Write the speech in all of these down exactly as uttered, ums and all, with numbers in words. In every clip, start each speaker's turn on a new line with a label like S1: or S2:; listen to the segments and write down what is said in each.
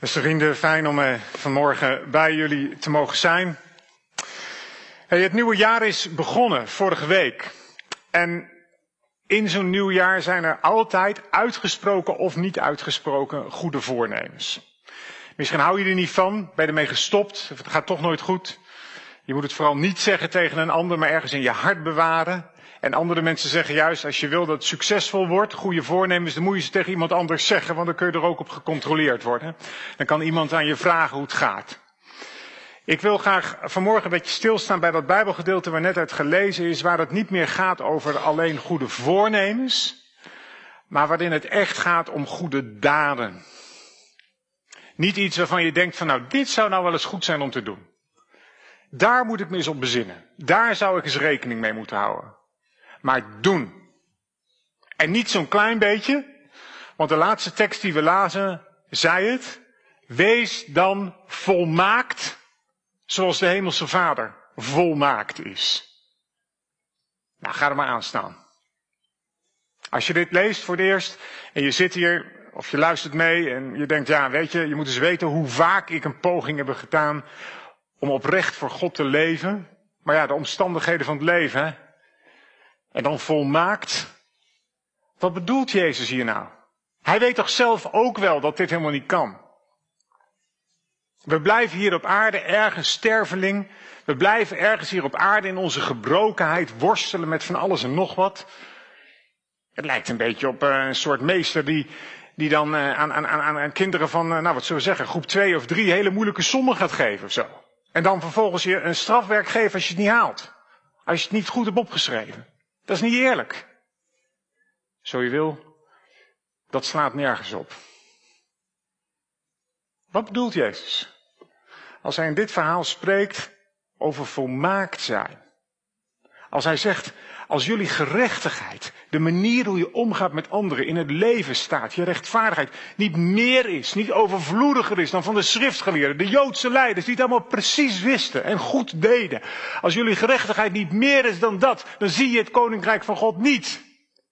S1: Beste vrienden, fijn om eh, vanmorgen bij jullie te mogen zijn. Hey, het nieuwe jaar is begonnen, vorige week. En in zo'n nieuw jaar zijn er altijd uitgesproken of niet uitgesproken goede voornemens. Misschien hou je er niet van, ben je ermee gestopt, of het gaat toch nooit goed. Je moet het vooral niet zeggen tegen een ander, maar ergens in je hart bewaren. En andere mensen zeggen juist, als je wil dat het succesvol wordt, goede voornemens, dan moet je ze tegen iemand anders zeggen, want dan kun je er ook op gecontroleerd worden. Dan kan iemand aan je vragen hoe het gaat. Ik wil graag vanmorgen een beetje stilstaan bij dat Bijbelgedeelte waar net uit gelezen is, waar het niet meer gaat over alleen goede voornemens, maar waarin het echt gaat om goede daden. Niet iets waarvan je denkt van nou, dit zou nou wel eens goed zijn om te doen. Daar moet ik me eens op bezinnen. Daar zou ik eens rekening mee moeten houden. Maar doen. En niet zo'n klein beetje, want de laatste tekst die we lazen, zei het. Wees dan volmaakt, zoals de hemelse Vader volmaakt is. Nou, ga er maar aan staan. Als je dit leest voor het eerst en je zit hier, of je luistert mee en je denkt, ja, weet je, je moet eens weten hoe vaak ik een poging heb gedaan om oprecht voor God te leven. Maar ja, de omstandigheden van het leven, hè. En dan volmaakt. Wat bedoelt Jezus hier nou? Hij weet toch zelf ook wel dat dit helemaal niet kan. We blijven hier op aarde ergens sterveling. We blijven ergens hier op aarde in onze gebrokenheid worstelen met van alles en nog wat. Het lijkt een beetje op een soort meester die, die dan aan, aan, aan, aan kinderen van, nou wat zullen we zeggen, groep twee of drie hele moeilijke sommen gaat geven of zo. En dan vervolgens je een strafwerk geven als je het niet haalt. Als je het niet goed hebt opgeschreven. Dat is niet eerlijk. Zo je wil, dat slaat nergens op. Wat bedoelt Jezus? Als hij in dit verhaal spreekt over volmaakt zijn. Als hij zegt, als jullie gerechtigheid, de manier hoe je omgaat met anderen in het leven staat, je rechtvaardigheid, niet meer is, niet overvloediger is dan van de schriftgeleerden, de Joodse leiders, die het allemaal precies wisten en goed deden. Als jullie gerechtigheid niet meer is dan dat, dan zie je het koninkrijk van God niet.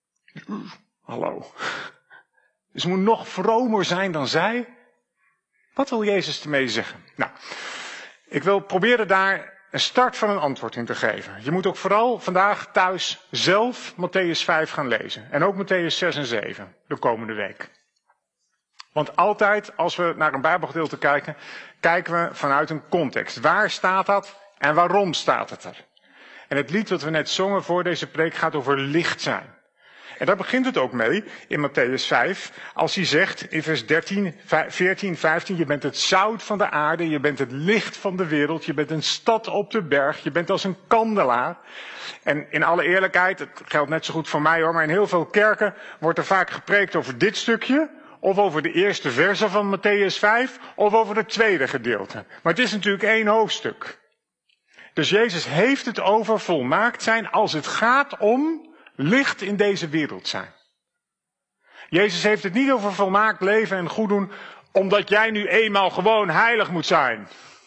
S1: Hallo. Dus het moet nog vromer zijn dan zij. Wat wil Jezus ermee zeggen? Nou, ik wil proberen daar een start van een antwoord in te geven. Je moet ook vooral vandaag thuis zelf Mattheüs vijf gaan lezen. En ook Mattheüs zes en zeven, de komende week. Want altijd als we naar een Bijbelgedeelte kijken, kijken we vanuit een context. Waar staat dat en waarom staat het er? En het lied dat we net zongen voor deze preek gaat over licht zijn. En daar begint het ook mee in Mattheüs vijf, als hij zegt in vers dertien, veertien, vijftien, je bent het zout van de aarde, je bent het licht van de wereld, je bent een stad op de berg, je bent als een kandelaar. En in alle eerlijkheid, het geldt net zo goed voor mij hoor, maar in heel veel kerken wordt er vaak gepreekt over dit stukje, of over de eerste verse van Mattheüs vijf, of over het tweede gedeelte. Maar het is natuurlijk één hoofdstuk. Dus Jezus heeft het over volmaakt zijn als het gaat om licht in deze wereld zijn. Jezus heeft het niet over volmaakt leven en goed doen, omdat jij nu eenmaal gewoon heilig moet zijn.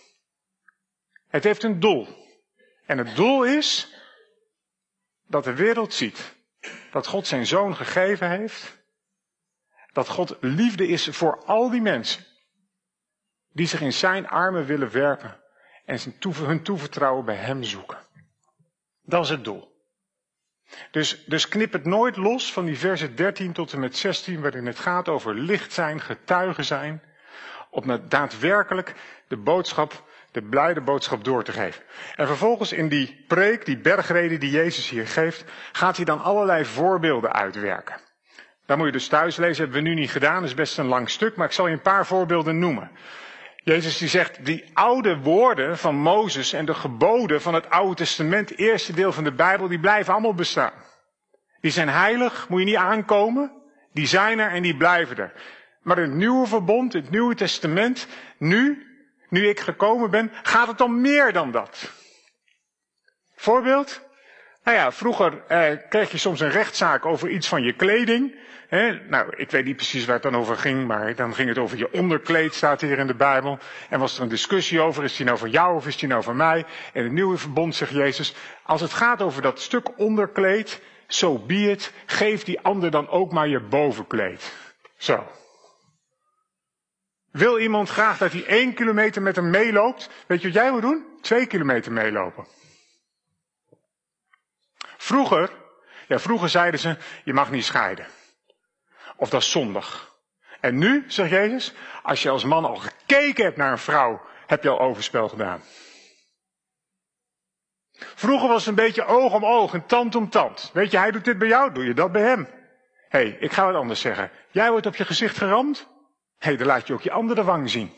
S1: Het heeft een doel. En het doel is dat de wereld ziet dat God zijn zoon gegeven heeft. Dat God liefde is voor al die mensen die zich in zijn armen willen werpen en hun toevertrouwen bij hem zoeken. Dat is het doel. Dus, dus knip het nooit los van die versen dertien tot en met zestien, waarin het gaat over licht zijn, getuigen zijn, om daadwerkelijk de boodschap, de blijde boodschap door te geven. En vervolgens in die preek, die bergrede die Jezus hier geeft, gaat hij dan allerlei voorbeelden uitwerken. Dat moet je dus thuis lezen, hebben we nu niet gedaan, dat is best een lang stuk, maar ik zal je een paar voorbeelden noemen. Jezus die zegt, die oude woorden van Mozes en de geboden van het Oude Testament, eerste deel van de Bijbel, die blijven allemaal bestaan. Die zijn heilig, moet je niet aankomen, die zijn er en die blijven er. Maar in het nieuwe verbond, het Nieuwe Testament, nu, nu ik gekomen ben, gaat het om meer dan dat. Voorbeeld? Nou ja, vroeger eh, kreeg je soms een rechtszaak over iets van je kleding. He, nou, ik weet niet precies waar het dan over ging, maar dan ging het over je onderkleed, staat hier in de Bijbel. En was er een discussie over, is die nou voor jou of is die nou voor mij? En in het nieuwe verbond zegt Jezus, als het gaat over dat stuk onderkleed, so be it, geef die ander dan ook maar je bovenkleed. Zo. Wil iemand graag dat hij één kilometer met hem meeloopt? Weet je wat jij moet doen? Twee kilometer meelopen. Vroeger, ja vroeger zeiden ze, je mag niet scheiden. Of dat is zondig. En nu, zegt Jezus, als je als man al gekeken hebt naar een vrouw, heb je al overspel gedaan. Vroeger was het een beetje oog om oog en tand om tand. Weet je, hij doet dit bij jou, doe je dat bij hem. Hé, hey, ik ga wat anders zeggen. Jij wordt op je gezicht geramd? Hé, hey, dan laat je ook je andere wang zien.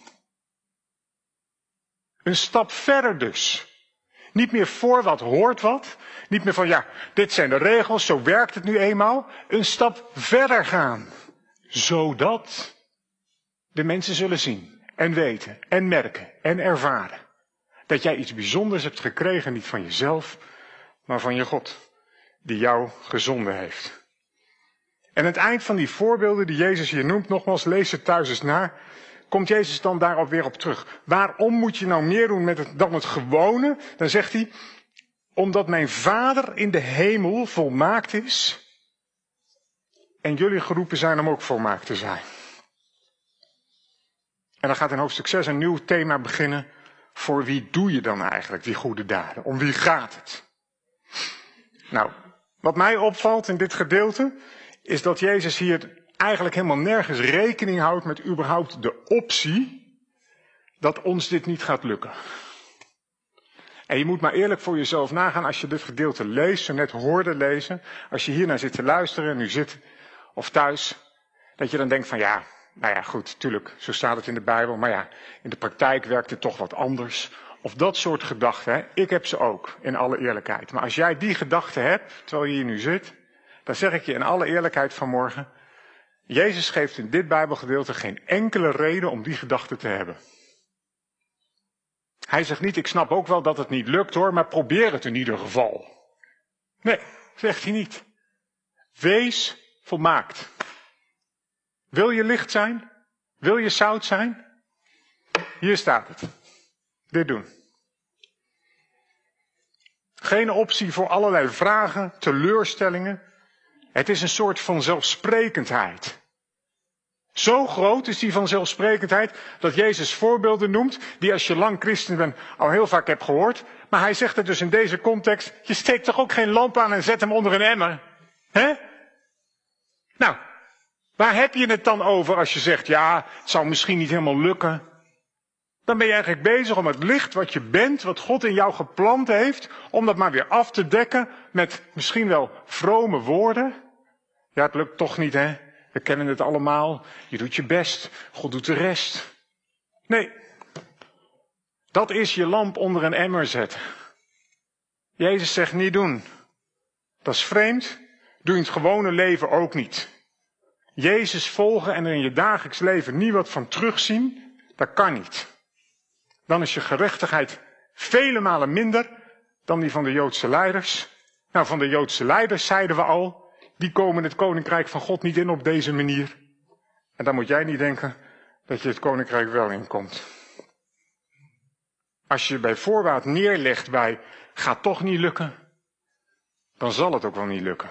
S1: Een stap verder dus. Niet meer voor wat hoort wat. Niet meer van, ja, dit zijn de regels, zo werkt het nu eenmaal. Een stap verder gaan. Zodat de mensen zullen zien en weten en merken en ervaren. Dat jij iets bijzonders hebt gekregen, niet van jezelf, maar van je God. Die jou gezonden heeft. En aan het eind van die voorbeelden die Jezus hier noemt, nogmaals, lees het thuis eens na, komt Jezus dan daarop weer op terug. Waarom moet je nou meer doen met het, dan het gewone? Dan zegt hij, omdat mijn Vader in de hemel volmaakt is en jullie geroepen zijn om ook volmaakt te zijn. En dan gaat in hoofdstuk zes een nieuw thema beginnen. Voor wie doe je dan eigenlijk die goede daden? Om wie gaat het? Nou, wat mij opvalt in dit gedeelte, is dat Jezus hier eigenlijk helemaal nergens rekening houdt met überhaupt de optie dat ons dit niet gaat lukken. En je moet maar eerlijk voor jezelf nagaan als je dit gedeelte leest, zo net hoorde lezen, als je hiernaar zit te luisteren, nu zit of thuis, dat je dan denkt van ja, nou ja goed, tuurlijk, zo staat het in de Bijbel, maar ja, in de praktijk werkt het toch wat anders. Of dat soort gedachten, hè? Ik heb ze ook, in alle eerlijkheid. Maar als jij die gedachten hebt, terwijl je hier nu zit, dan zeg ik je in alle eerlijkheid vanmorgen, Jezus geeft in dit Bijbelgedeelte geen enkele reden om die gedachten te hebben. Hij zegt niet, ik snap ook wel dat het niet lukt hoor, maar probeer het in ieder geval. Nee, zegt hij niet. Wees volmaakt. Wil je licht zijn? Wil je zout zijn? Hier staat het. Dit doen. Geen optie voor allerlei vragen, teleurstellingen. Het is een soort van zelfsprekendheid. Zo groot is die vanzelfsprekendheid dat Jezus voorbeelden noemt, die als je lang christen bent al heel vaak hebt gehoord. Maar hij zegt het dus in deze context, je steekt toch ook geen lamp aan en zet hem onder een emmer? Hè? Nou, waar heb je het dan over als je zegt, ja, het zou misschien niet helemaal lukken? Dan ben je eigenlijk bezig om het licht wat je bent, wat God in jou geplant heeft, om dat maar weer af te dekken met misschien wel vrome woorden. Ja, het lukt toch niet, hè? We kennen het allemaal. Je doet je best. God doet de rest. Nee. Dat is je lamp onder een emmer zetten. Jezus zegt niet doen. Dat is vreemd. Doe in het gewone leven ook niet. Jezus volgen en er in je dagelijks leven niet wat van terugzien, dat kan niet. Dan is je gerechtigheid vele malen minder dan die van de Joodse leiders. Nou, van de Joodse leiders zeiden we al, die komen het koninkrijk van God niet in op deze manier. En dan moet jij niet denken dat je het koninkrijk wel inkomt. Als je bij voorbaat neerlegt bij, gaat toch niet lukken, dan zal het ook wel niet lukken.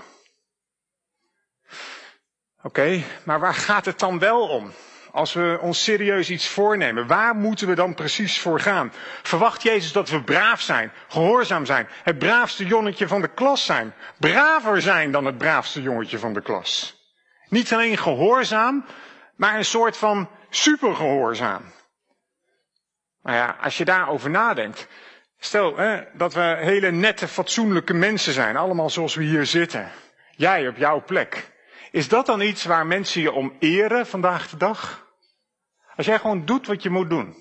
S1: Oké, okay, maar waar gaat het dan wel om? Als we ons serieus iets voornemen, waar moeten we dan precies voor gaan? Verwacht Jezus dat we braaf zijn, gehoorzaam zijn, het braafste jongetje van de klas zijn? Braver zijn dan het braafste jongetje van de klas. Niet alleen gehoorzaam, maar een soort van supergehoorzaam. Nou ja, als je daarover nadenkt, stel hè, dat we hele nette, fatsoenlijke mensen zijn, allemaal zoals we hier zitten. Jij op jouw plek. Is dat dan iets waar mensen je om eren vandaag de dag? Als jij gewoon doet wat je moet doen.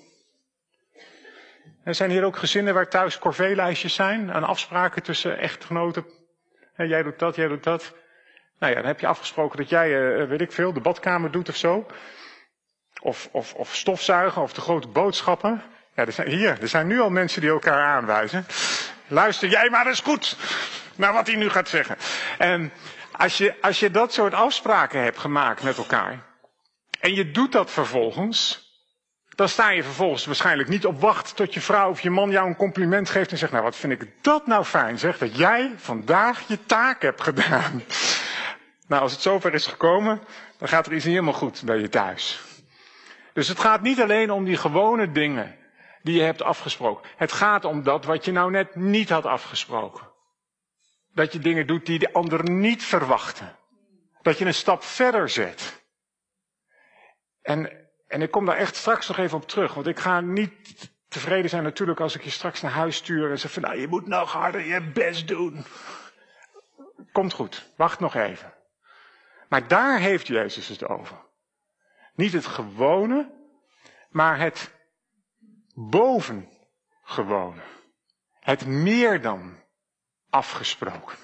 S1: Er zijn hier ook gezinnen waar thuis corvée-lijstjes zijn, aan afspraken tussen echtgenoten. En jij doet dat, jij doet dat. Nou ja, dan heb je afgesproken dat jij, uh, weet ik veel, de badkamer doet of zo. Of, of, of stofzuigen, of de grote boodschappen. Ja, er zijn, hier, er zijn nu al mensen die elkaar aanwijzen. Luister jij maar eens goed naar wat hij nu gaat zeggen. En als je, als je dat soort afspraken hebt gemaakt met elkaar, en je doet dat vervolgens, dan sta je vervolgens waarschijnlijk niet op wacht tot je vrouw of je man jou een compliment geeft en zegt, nou wat vind ik dat nou fijn zeg, dat jij vandaag je taak hebt gedaan. Nou, als het zover is gekomen, dan gaat er iets niet helemaal goed bij je thuis. Dus het gaat niet alleen om die gewone dingen die je hebt afgesproken. Het gaat om dat wat je nou net niet had afgesproken. Dat je dingen doet die de ander niet verwachten. Dat je een stap verder zet. En, en ik kom daar echt straks nog even op terug. Want ik ga niet tevreden zijn natuurlijk als ik je straks naar huis stuur en zeg van nou, je moet nog harder je best doen. Komt goed, wacht nog even. Maar daar heeft Jezus het over. Niet het gewone, maar het bovengewone. Het meer dan afgesproken.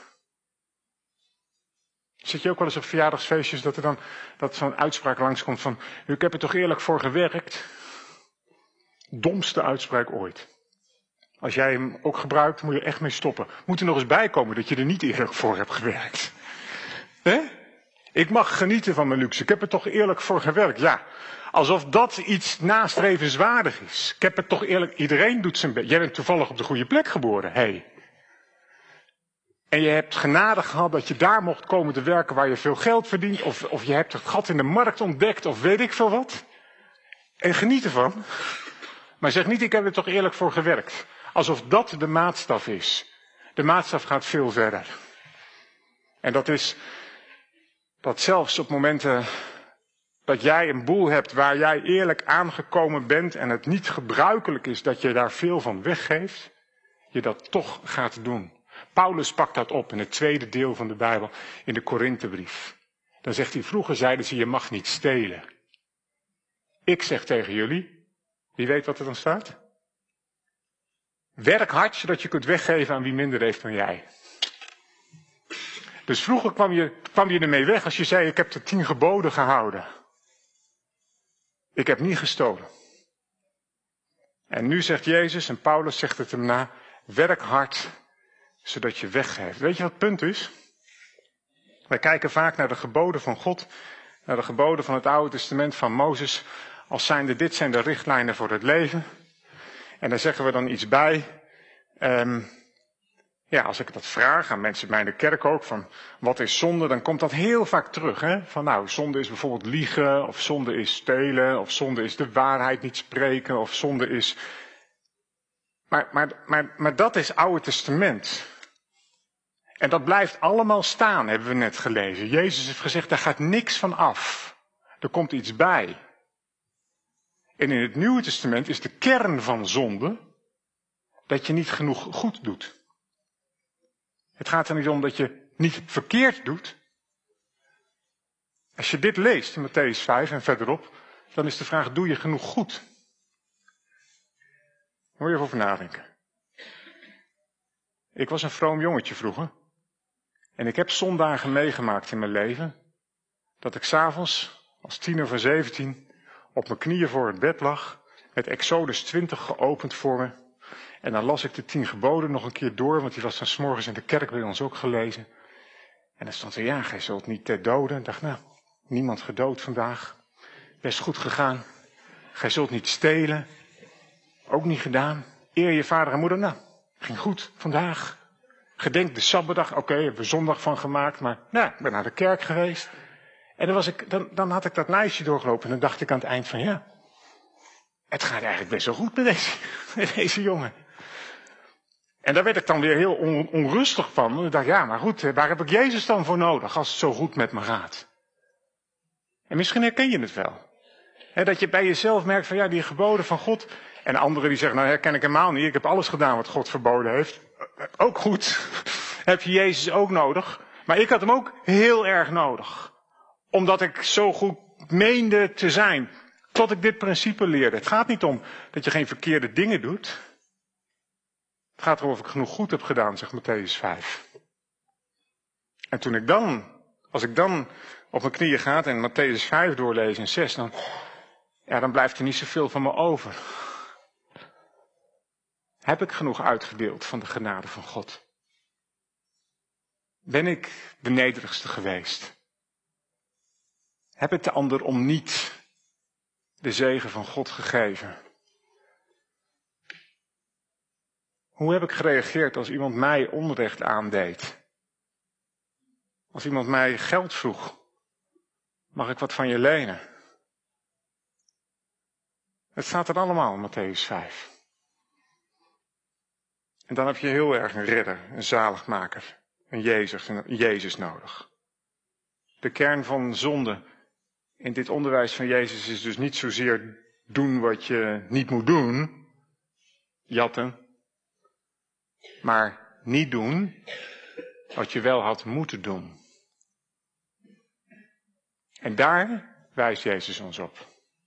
S1: Zit je ook wel eens op verjaardagsfeestjes dat er dan dat zo'n uitspraak langskomt van ik heb er toch eerlijk voor gewerkt. Domste uitspraak ooit. Als jij hem ook gebruikt, moet je echt mee stoppen. Moet er nog eens bijkomen dat je er niet eerlijk voor hebt gewerkt. Hè? Ik mag genieten van mijn luxe. Ik heb er toch eerlijk voor gewerkt. Ja, alsof dat iets nastrevenswaardig is. Ik heb het toch eerlijk... Iedereen doet zijn best. Jij bent toevallig op de goede plek geboren. Hey. En je hebt genade gehad dat je daar mocht komen te werken waar je veel geld verdient. Of, of je hebt het gat in de markt ontdekt of weet ik veel wat. En geniet ervan. Maar zeg niet, ik heb er toch eerlijk voor gewerkt. Alsof dat de maatstaf is. De maatstaf gaat veel verder. En dat is dat zelfs op momenten dat jij een boel hebt waar jij eerlijk aangekomen bent en het niet gebruikelijk is dat je daar veel van weggeeft, je dat toch gaat doen. Paulus pakt dat op in het tweede deel van de Bijbel, in de Korinthebrief. Dan zegt hij, vroeger zeiden ze, je mag niet stelen. Ik zeg tegen jullie, wie weet wat er dan staat? Werk hard, zodat je kunt weggeven aan wie minder heeft dan jij. Dus vroeger kwam je, kwam je ermee weg als je zei, ik heb de tien geboden gehouden. Ik heb niet gestolen. En nu zegt Jezus, en Paulus zegt het hem na, werk hard, zodat je weggeeft. Weet je wat het punt is? Wij kijken vaak naar de geboden van God, naar de geboden van het Oude Testament van Mozes, als zijnde dit zijn de richtlijnen voor het leven. En daar zeggen we dan iets bij. Um, ja, als ik dat vraag aan mensen bij de kerk ook, van wat is zonde, dan komt dat heel vaak terug. Hè? Van nou, zonde is bijvoorbeeld liegen, of zonde is stelen, of zonde is de waarheid niet spreken, of zonde is... Maar, maar, maar, maar dat is Oude Testament. En dat blijft allemaal staan, hebben we net gelezen. Jezus heeft gezegd, daar gaat niks van af. Er komt iets bij. En in het Nieuwe Testament is de kern van zonde dat je niet genoeg goed doet. Het gaat er niet om dat je niet verkeerd doet. Als je dit leest in Mattheüs vijf en verderop, dan is de vraag, doe je genoeg goed? Moet je even over nadenken. Ik was een vroom jongetje vroeger. En ik heb zondagen meegemaakt in mijn leven. Dat ik 's avonds, als tiener van zeventien, op mijn knieën voor het bed lag. Met Exodus twintig geopend voor me. En dan las ik de tien geboden nog een keer door. Want die was dan 's morgens in de kerk bij ons ook gelezen. En dan stond er, ja, gij zult niet ter doden. Ik dacht, nou, niemand gedood vandaag. Best goed gegaan. Gij zult niet stelen. Ook niet gedaan. Eer je vader en moeder. Nou, ging goed vandaag. Gedenk de Sabbatdag. Oké, okay, hebben we zondag van gemaakt. Maar nou, ik ben naar de kerk geweest. En dan, was ik, dan, dan had ik dat lijstje doorgelopen. En dan dacht ik aan het eind van ja. Het gaat eigenlijk best wel goed met deze, met deze jongen. En daar werd ik dan weer heel on, onrustig van. Want ik dacht, ja, maar goed, waar heb ik Jezus dan voor nodig als het zo goed met me gaat? En misschien herken je het wel. He, dat je bij jezelf merkt van ja, die geboden van God. En anderen die zeggen, nou herken ik helemaal niet. Ik heb alles gedaan wat God verboden heeft. Ook goed. Heb je Jezus ook nodig. Maar ik had hem ook heel erg nodig. Omdat ik zo goed meende te zijn. Tot ik dit principe leerde. Het gaat niet om dat je geen verkeerde dingen doet. Het gaat erom of ik genoeg goed heb gedaan, zegt Mattheüs vijf. En toen ik dan, als ik dan op mijn knieën ga en Mattheüs vijf doorlees en zes, dan, ja, dan blijft er niet zoveel van me over. Heb ik genoeg uitgedeeld van de genade van God? Ben ik de nederigste geweest? Heb ik de ander om niet de zegen van God gegeven? Hoe heb ik gereageerd als iemand mij onrecht aandeed? Als iemand mij geld vroeg, mag ik wat van je lenen? Het staat er allemaal in Mattheüs vijf. En dan heb je heel erg een redder, een zaligmaker, een Jezus, een Jezus nodig. De kern van zonde in dit onderwijs van Jezus is dus niet zozeer doen wat je niet moet doen, jatten, maar niet doen wat je wel had moeten doen. En daar wijst Jezus ons op.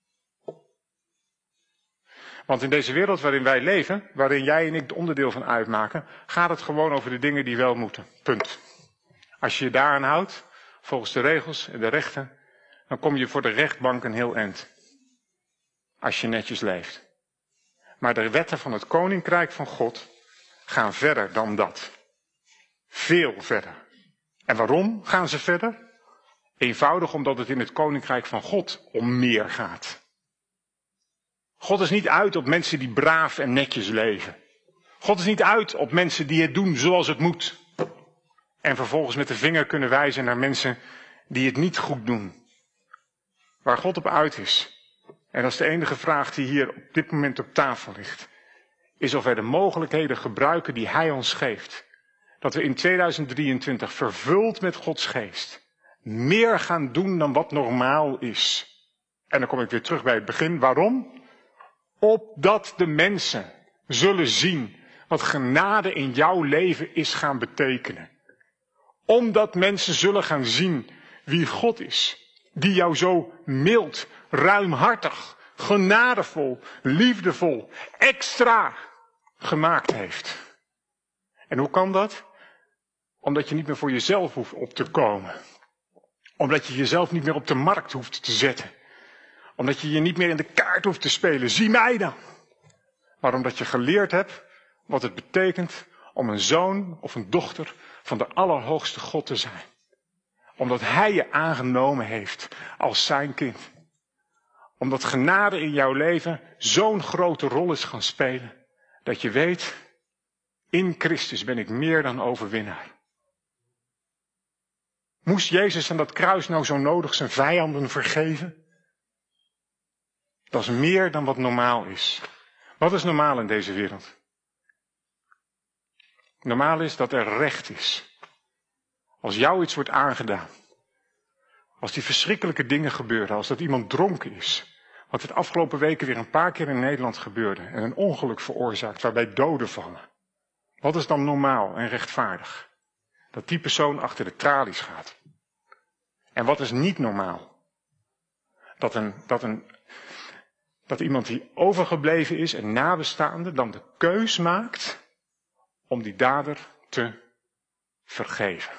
S1: Want in deze wereld waarin wij leven, waarin jij en ik het onderdeel van uitmaken, gaat het gewoon over de dingen die wel moeten. Punt. Als je je daaraan houdt, volgens de regels en de rechten, dan kom je voor de rechtbank een heel eind. Als je netjes leeft. Maar de wetten van het koninkrijk van God gaan verder dan dat. Veel verder. En waarom gaan ze verder? Eenvoudig omdat het in het koninkrijk van God om meer gaat. God is niet uit op mensen die braaf en netjes leven. God is niet uit op mensen die het doen zoals het moet. En vervolgens met de vinger kunnen wijzen naar mensen die het niet goed doen. Waar God op uit is, en dat is de enige vraag die hier op dit moment op tafel ligt, is of wij de mogelijkheden gebruiken die Hij ons geeft. Dat we in tweeduizend drieëntwintig vervuld met Gods geest meer gaan doen dan wat normaal is. En dan kom ik weer terug bij het begin. Waarom? Opdat de mensen zullen zien wat genade in jouw leven is gaan betekenen. Omdat mensen zullen gaan zien wie God is. Die jou zo mild, ruimhartig, genadevol, liefdevol, extra gemaakt heeft. En hoe kan dat? Omdat je niet meer voor jezelf hoeft op te komen. Omdat je jezelf niet meer op de markt hoeft te zetten. Omdat je je niet meer in de kaart hoeft te spelen. Zie mij dan. Maar omdat je geleerd hebt wat het betekent om een zoon of een dochter van de Allerhoogste God te zijn. Omdat Hij je aangenomen heeft als zijn kind. Omdat genade in jouw leven zo'n grote rol is gaan spelen. Dat je weet, in Christus ben ik meer dan overwinnaar. Moest Jezus aan dat kruis nou zo nodig zijn vijanden vergeven? Dat is meer dan wat normaal is. Wat is normaal in deze wereld? Normaal is dat er recht is. Als jou iets wordt aangedaan. Als die verschrikkelijke dingen gebeuren. Als dat iemand dronken is. Wat het afgelopen weken weer een paar keer in Nederland gebeurde. En een ongeluk veroorzaakt waarbij doden vallen. Wat is dan normaal en rechtvaardig? Dat die persoon achter de tralies gaat. En wat is niet normaal? Dat, een, dat, een, dat iemand die overgebleven is, een nabestaande, dan de keus maakt om die dader te vergeven.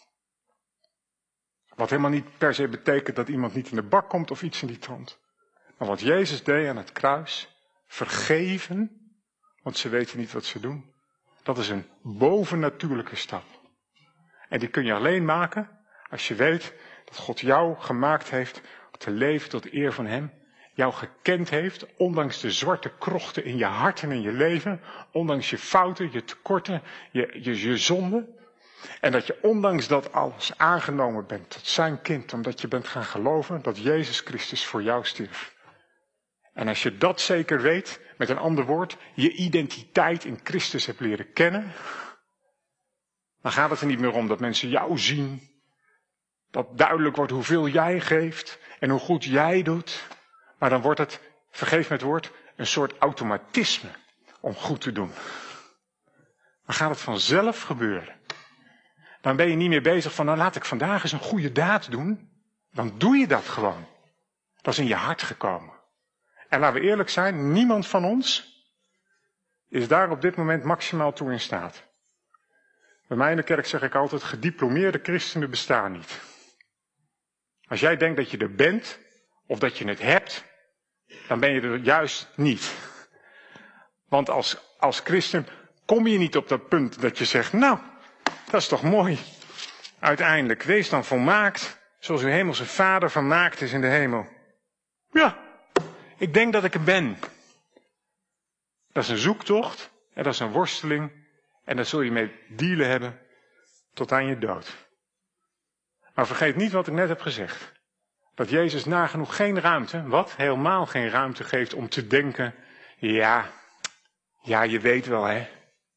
S1: Wat helemaal niet per se betekent dat iemand niet in de bak komt of iets in die trant. Maar wat Jezus deed aan het kruis, vergeven, want ze weten niet wat ze doen. Dat is een bovennatuurlijke stap. En die kun je alleen maken als je weet dat God jou gemaakt heeft te leven tot eer van Hem. Jou gekend heeft, ondanks de zwarte krochten in je hart en in je leven. Ondanks je fouten, je tekorten, je, je, je zonden. En dat je ondanks dat alles aangenomen bent tot zijn kind. Omdat je bent gaan geloven dat Jezus Christus voor jou stierf. En als je dat zeker weet, met een ander woord, je identiteit in Christus hebt leren kennen. Dan gaat het er niet meer om dat mensen jou zien. Dat duidelijk wordt hoeveel jij geeft en hoe goed jij doet. Maar dan wordt het, vergeef me het woord, een soort automatisme om goed te doen. Dan gaat het vanzelf gebeuren. Dan ben je niet meer bezig van, nou laat ik vandaag eens een goede daad doen. Dan doe je dat gewoon. Dat is in je hart gekomen. En laten we eerlijk zijn, niemand van ons is daar op dit moment maximaal toe in staat. Bij mij in de kerk zeg ik altijd, gediplomeerde christenen bestaan niet. Als jij denkt dat je er bent, of dat je het hebt, dan ben je er juist niet. Want als, als christen kom je niet op dat punt dat je zegt, nou, dat is toch mooi. Uiteindelijk, wees dan volmaakt, zoals uw hemelse Vader volmaakt is in de hemel. Ja, ik denk dat ik er ben. Dat is een zoektocht, en dat is een worsteling, en daar zul je mee dealen hebben tot aan je dood. Maar vergeet niet wat ik net heb gezegd. Dat Jezus nagenoeg geen ruimte, wat? Helemaal geen ruimte geeft om te denken, ja, ja, je weet wel hè.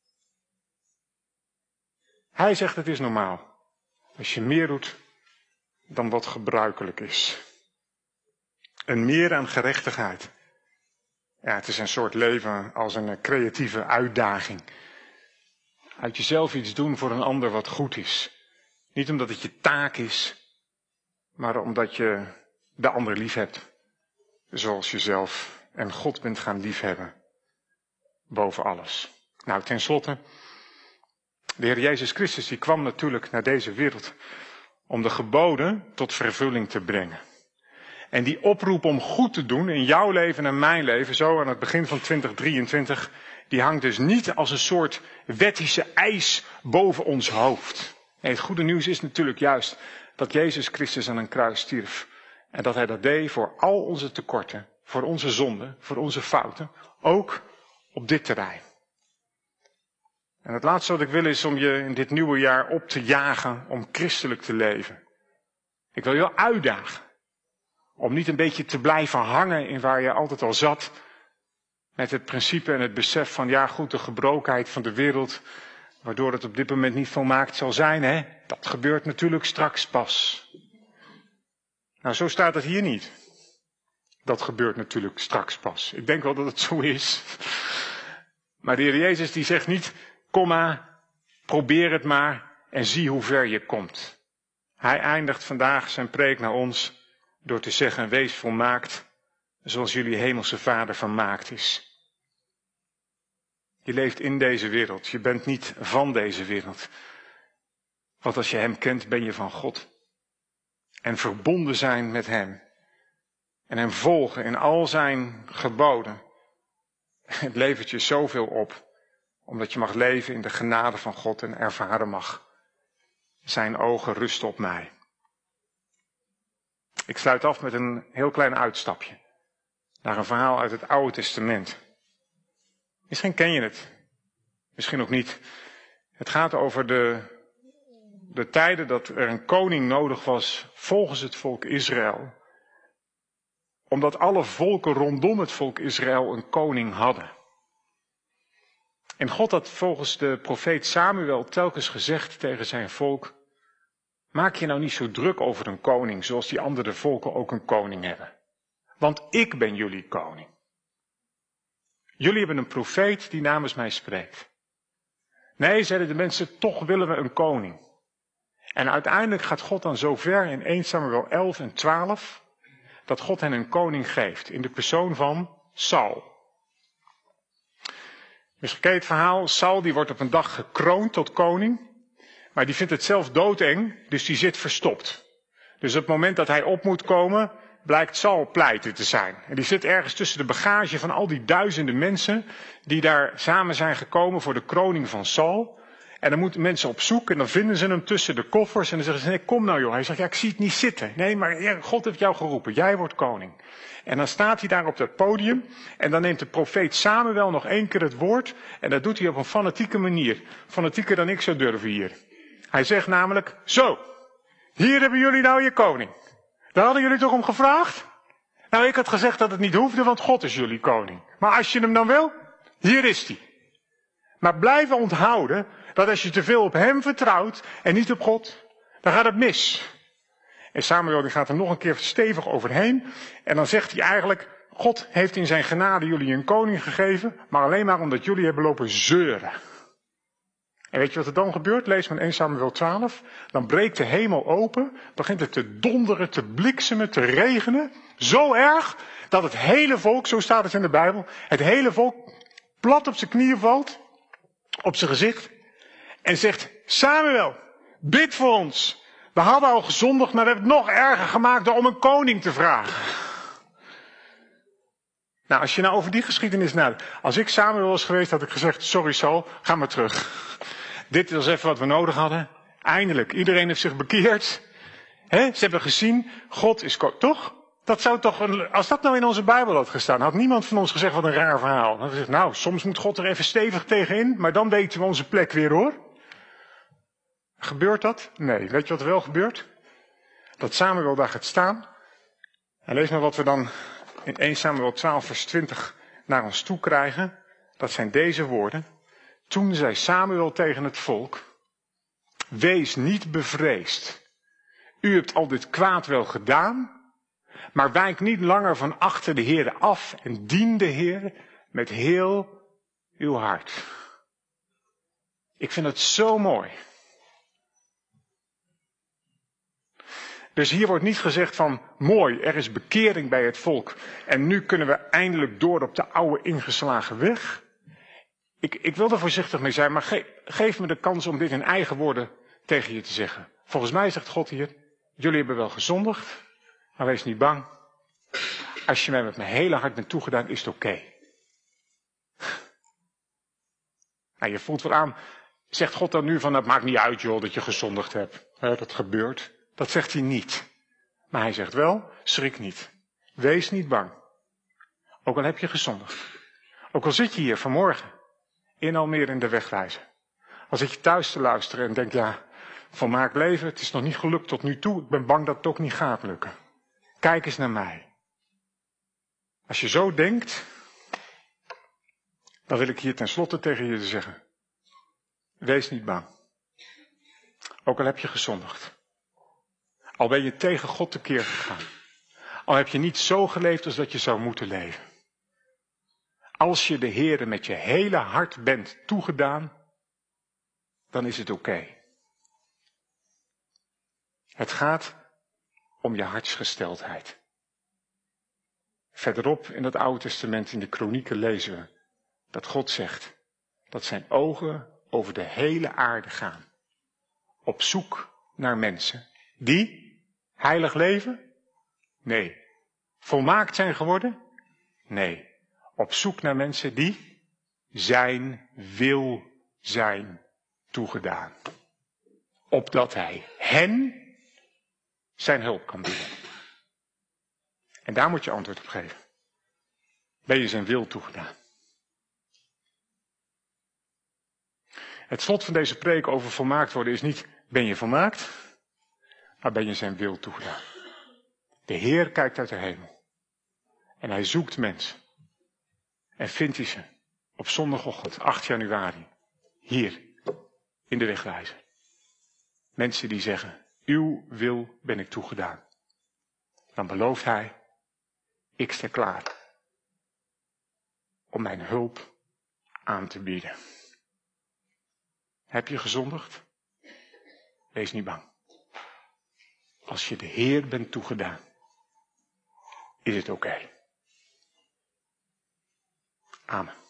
S1: Hij zegt het is normaal. Als je meer doet dan wat gebruikelijk is. Een meer aan gerechtigheid. Ja, het is een soort leven als een creatieve uitdaging. Uit jezelf iets doen voor een ander wat goed is. Niet omdat het je taak is, maar omdat je de ander lief hebt. Zoals jezelf en God bent gaan liefhebben. Boven alles. Nou, tenslotte. De Heer Jezus Christus die kwam natuurlijk naar deze wereld om de geboden tot vervulling te brengen. En die oproep om goed te doen in jouw leven en mijn leven, zo aan het begin van twintig drieëntwintig, die hangt dus niet als een soort wettische eis boven ons hoofd. Nee, het goede nieuws is natuurlijk juist dat Jezus Christus aan een kruis stierf. En dat hij dat deed voor al onze tekorten, voor onze zonden, voor onze fouten, ook op dit terrein. En het laatste wat ik wil is om je in dit nieuwe jaar op te jagen om christelijk te leven. Ik wil je uitdagen om niet een beetje te blijven hangen in waar je altijd al zat. Met het principe en het besef van ja goed, de gebrokenheid van de wereld, waardoor het op dit moment niet volmaakt zal zijn. Hè? Dat gebeurt natuurlijk straks pas. Nou, zo staat het hier niet. Dat gebeurt natuurlijk straks pas. Ik denk wel dat het zo is. Maar de Heer Jezus die zegt niet, kom maar, probeer het maar en zie hoe ver je komt. Hij eindigt vandaag zijn preek naar ons door te zeggen, wees volmaakt zoals jullie hemelse Vader volmaakt is. Je leeft in deze wereld, je bent niet van deze wereld. Want als je hem kent, ben je van God. En verbonden zijn met hem. En hem volgen in al zijn geboden. Het levert je zoveel op. Omdat je mag leven in de genade van God en ervaren mag. Zijn ogen rusten op mij. Ik sluit af met een heel klein uitstapje. Naar een verhaal uit het Oude Testament. Misschien ken je het. Misschien ook niet. Het gaat over de, de tijden dat er een koning nodig was volgens het volk Israël. Omdat alle volken rondom het volk Israël een koning hadden. En God had volgens de profeet Samuel telkens gezegd tegen zijn volk, maak je nou niet zo druk over een koning zoals die andere volken ook een koning hebben. Want ik ben jullie koning. Jullie hebben een profeet die namens mij spreekt. Nee, zeiden de mensen, toch willen we een koning. En uiteindelijk gaat God dan zo ver in eerste Samuel elf en twaalf, dat God hen een koning geeft in de persoon van Saul. Dus ken je het verhaal, Saul die wordt op een dag gekroond tot koning, maar die vindt het zelf doodeng, dus die zit verstopt. Dus op het moment dat hij op moet komen, blijkt Saul pleiter te zijn. En die zit ergens tussen de bagage van al die duizenden mensen die daar samen zijn gekomen voor de kroning van Saul. En dan moeten mensen op zoek en dan vinden ze hem tussen de koffers en dan zeggen ze, nee, kom nou joh. Hij zegt, ja, ik zie het niet zitten. Nee, maar God heeft jou geroepen, jij wordt koning. En dan staat hij daar op dat podium en dan neemt de profeet Samuel nog één keer het woord en dat doet hij op een fanatieke manier. Fanatieker dan ik zou durven hier. Hij zegt namelijk, zo, hier hebben jullie nou je koning. Daar hadden jullie toch om gevraagd? Nou, ik had gezegd dat het niet hoefde, want God is jullie koning. Maar als je hem dan wil, hier is hij. Maar blijf onthouden dat als je te veel op hem vertrouwt en niet op God, dan gaat het mis. En Samuel die gaat er nog een keer stevig overheen. En dan zegt hij eigenlijk, God heeft in zijn genade jullie een koning gegeven, maar alleen maar omdat jullie hebben lopen zeuren. En weet je wat er dan gebeurt? Lees maar in eerste Samuel twaalf. Dan breekt de hemel open, begint het te donderen, te bliksemen, te regenen. Zo erg dat het hele volk, zo staat het in de Bijbel, het hele volk plat op zijn knieën valt, op zijn gezicht. En zegt, Samuel, bid voor ons. We hadden al gezondigd, maar we hebben het nog erger gemaakt door om een koning te vragen. Nou, als je nou over die geschiedenis nadenkt. Als ik Samuel was geweest, had ik gezegd, sorry Saul, ga maar terug. Dit was even wat we nodig hadden. Eindelijk, iedereen heeft zich bekeerd. He, ze hebben gezien, God is koning. Toch? Dat zou toch, een, als dat nou in onze Bijbel had gestaan, had niemand van ons gezegd wat een raar verhaal. Dan had gezegd, nou, soms moet God er even stevig tegenin, maar dan weten we onze plek weer hoor. Gebeurt dat? Nee. Weet je wat er wel gebeurt? Dat Samuel daar gaat staan En lees maar wat we dan in eerste Samuel twaalf vers twintig naar ons toe krijgen. Dat zijn deze woorden. Toen zei Samuel tegen het volk: wees niet bevreesd. U hebt al dit kwaad wel gedaan, maar wijk niet langer van achter de Heere af en dien de Heere met heel uw hart. Ik vind het zo mooi. Dus hier wordt niet gezegd van, mooi, er is bekering bij het volk en nu kunnen we eindelijk door op de oude ingeslagen weg. Ik, ik wil er voorzichtig mee zijn, maar ge, geef me de kans om dit in eigen woorden tegen je te zeggen. Volgens mij zegt God hier, jullie hebben wel gezondigd, maar wees niet bang. Als je mij met mijn hele hart bent toegedaan, is het oké. Okay. Nou, je voelt wel aan, zegt God dan nu van, het maakt niet uit joh, dat je gezondigd hebt. He, dat gebeurt. Dat zegt hij niet. Maar hij zegt wel, schrik niet. Wees niet bang. Ook al heb je gezondigd. Ook al zit je hier vanmorgen in Almere in de wegwijzer. Al zit je thuis te luisteren en denkt, ja, volmaakt leven, het is nog niet gelukt tot nu toe. Ik ben bang dat het ook niet gaat lukken. Kijk eens naar mij. Als je zo denkt, dan wil ik hier tenslotte tegen je zeggen. Wees niet bang. Ook al heb je gezondigd. Al ben je tegen God tekeer gegaan. Al heb je niet zo geleefd als dat je zou moeten leven. Als je de Heere met je hele hart bent toegedaan, dan is het oké. Okay. Het gaat om je hartsgesteldheid. Verderop in het Oude Testament in de kronieken lezen we dat God zegt dat zijn ogen over de hele aarde gaan. Op zoek naar mensen die heilig leven? Nee. Volmaakt zijn geworden? Nee. Op zoek naar mensen die zijn wil zijn toegedaan. Opdat hij hen zijn hulp kan bieden. En daar moet je antwoord op geven. Ben je zijn wil toegedaan? Het slot van deze preek over volmaakt worden is niet, ben je volmaakt? Maar ben je zijn wil toegedaan? De Heer kijkt uit de hemel. En hij zoekt mensen. En vindt hij ze op zondagochtend, acht januari, hier in de wegwijzer. Mensen die zeggen, uw wil ben ik toegedaan. Dan belooft hij, ik sta klaar om mijn hulp aan te bieden. Heb je gezondigd? Wees niet bang. Als je de Heer bent toegedaan, is het oké. Okay. Amen.